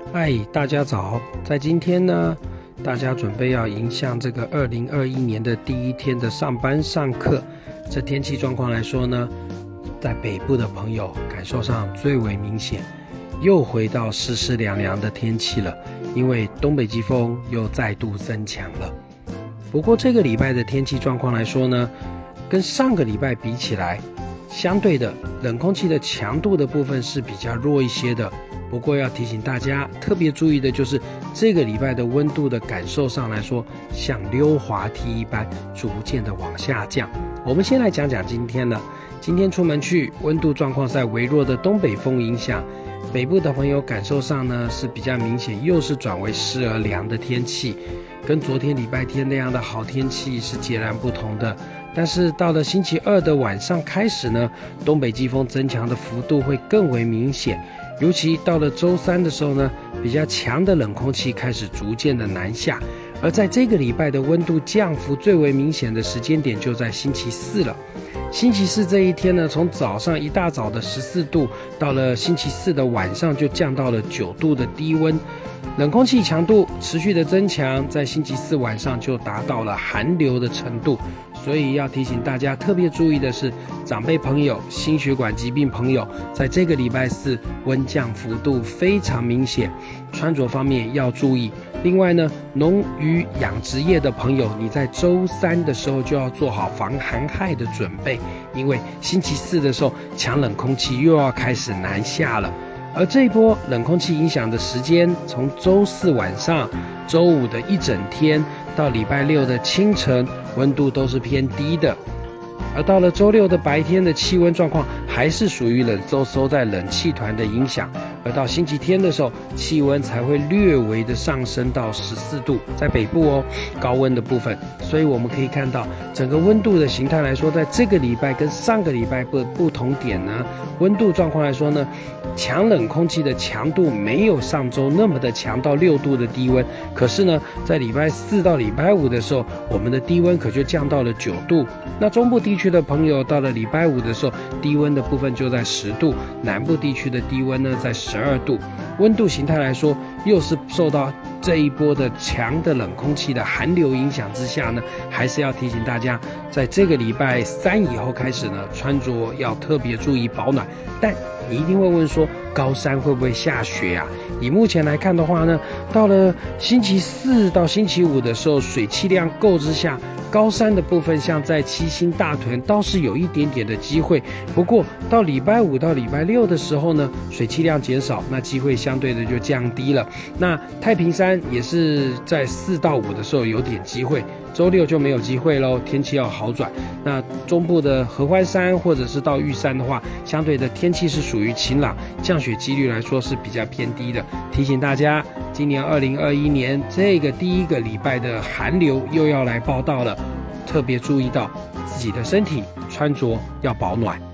嗨，大家早！在今天呢，大家准备要迎向这个2021年的第一天的上班上课。这天气状况来说呢，在北部的朋友感受上最为明显，又回到湿湿凉凉的天气了，因为东北季风又再度增强了。不过这个礼拜的天气状况来说呢，跟上个礼拜比起来，相对的冷空气的强度的部分是比较弱一些的。不过要提醒大家特别注意的就是这个礼拜的温度的感受上来说，像溜滑梯一般逐渐的往下降。我们先来讲讲今天呢，今天出门去温度状况在微弱的东北风影响，北部的朋友感受上呢是比较明显，又是转为湿而凉的天气，跟昨天礼拜天那样的好天气是截然不同的。但是到了星期二的晚上开始呢，东北季风增强的幅度会更为明显，尤其到了周三的时候呢，比较强的冷空气开始逐渐的南下，而在这个礼拜的温度降幅最为明显的时间点就在星期四了。星期四这一天呢，从早上一大早的14度，到了星期四的晚上就降到了9度的低温，冷空气强度持续的增强，在星期四晚上就达到了寒流的程度。所以要提醒大家特别注意的是，长辈朋友、心血管疾病朋友，在这个礼拜四温降幅度非常明显，穿着方面要注意。另外呢，农渔养殖业的朋友，你在周三的时候就要做好防寒害的准备，因为星期四的时候强冷空气又要开始南下了。而这一波冷空气影响的时间，从周四晚上、周五的一整天到礼拜六的清晨，温度都是偏低的。而到了周六的白天的气温状况还是属于冷飕飕在冷气团的影响，而到星期天的时候，气温才会略微的上升到14度，在北部哦，高温的部分。所以我们可以看到整个温度的形态来说，在这个礼拜跟上个礼拜不同点呢，温度状况来说呢，强冷空气的强度没有上周那么的强到6度的低温，可是呢，在礼拜四到礼拜五的时候，我们的低温可就降到了9度。那中部地区的朋友到了礼拜五的时候，低温的部分就在10度，南部地区的低温呢在12度。温度形态来说，又是受到这一波的强的冷空气的寒流影响之下呢，还是要提醒大家，在这个礼拜三以后开始呢，穿着要特别注意保暖。但你一定会问说，高山会不会下雪啊？以目前来看的话呢，到了星期四到星期五的时候，水汽量够之下，高山的部分像在七星大屯倒是有一点点的机会。不过到礼拜五到礼拜六的时候呢，水汽量减少，那机会相对的就降低了。那太平山也是在4到5的时候有点机会，周六就没有机会咯，天气要好转。那中部的合欢山或者是到玉山的话，相对的天气是属于晴朗，降雪几率来说是比较偏低的。提醒大家，今年2021年这个第一个礼拜的寒流又要来报道了，特别注意到自己的身体穿着要保暖。